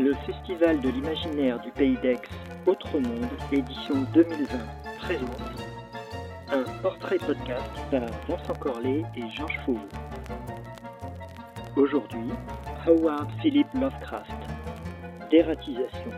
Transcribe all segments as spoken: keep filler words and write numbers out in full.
Le Festival de l'imaginaire du Pays d'Aix, Autre Monde, édition deux mille vingt, présente un portrait podcast par Vincent Corlet et Georges Fauveau. Aujourd'hui, Howard Philip Lovecraft, Dératisation.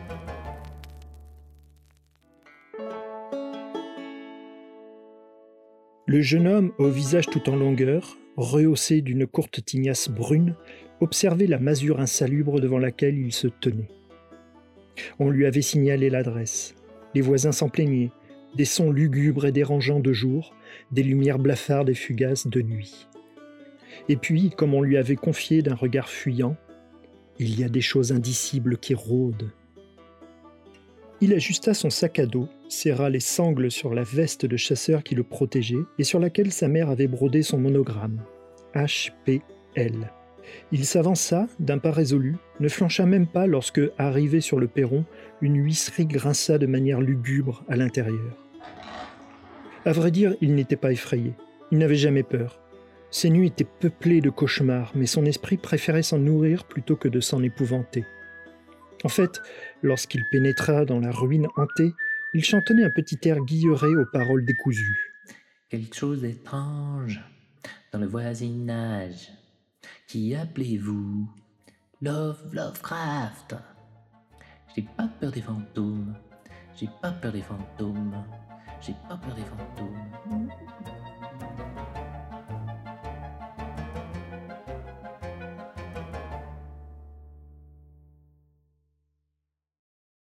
Le jeune homme, au visage tout en longueur, rehaussé d'une courte tignasse brune, observait la masure insalubre devant laquelle il se tenait. On lui avait signalé l'adresse. Les voisins s'en plaignaient, des sons lugubres et dérangeants de jour, des lumières blafardes et fugaces de nuit. Et puis, comme on lui avait confié d'un regard fuyant, il y a des choses indicibles qui rôdent. Il ajusta son sac à dos, serra les sangles sur la veste de chasseur qui le protégeait et sur laquelle sa mère avait brodé son monogramme, H P L. Il s'avança d'un pas résolu, ne flancha même pas lorsque, arrivé sur le perron, une huisserie grinça de manière lugubre à l'intérieur. À vrai dire, il n'était pas effrayé. Il n'avait jamais peur. Ses nuits étaient peuplées de cauchemars, mais son esprit préférait s'en nourrir plutôt que de s'en épouvanter. En fait, lorsqu'il pénétra dans la ruine hantée, il chantonnait un petit air guilleré aux paroles décousues. Quelque chose d'étrange dans le voisinage. Qui appelez-vous? Love, Lovecraft. J'ai pas peur des fantômes. J'ai pas peur des fantômes. J'ai pas peur des fantômes.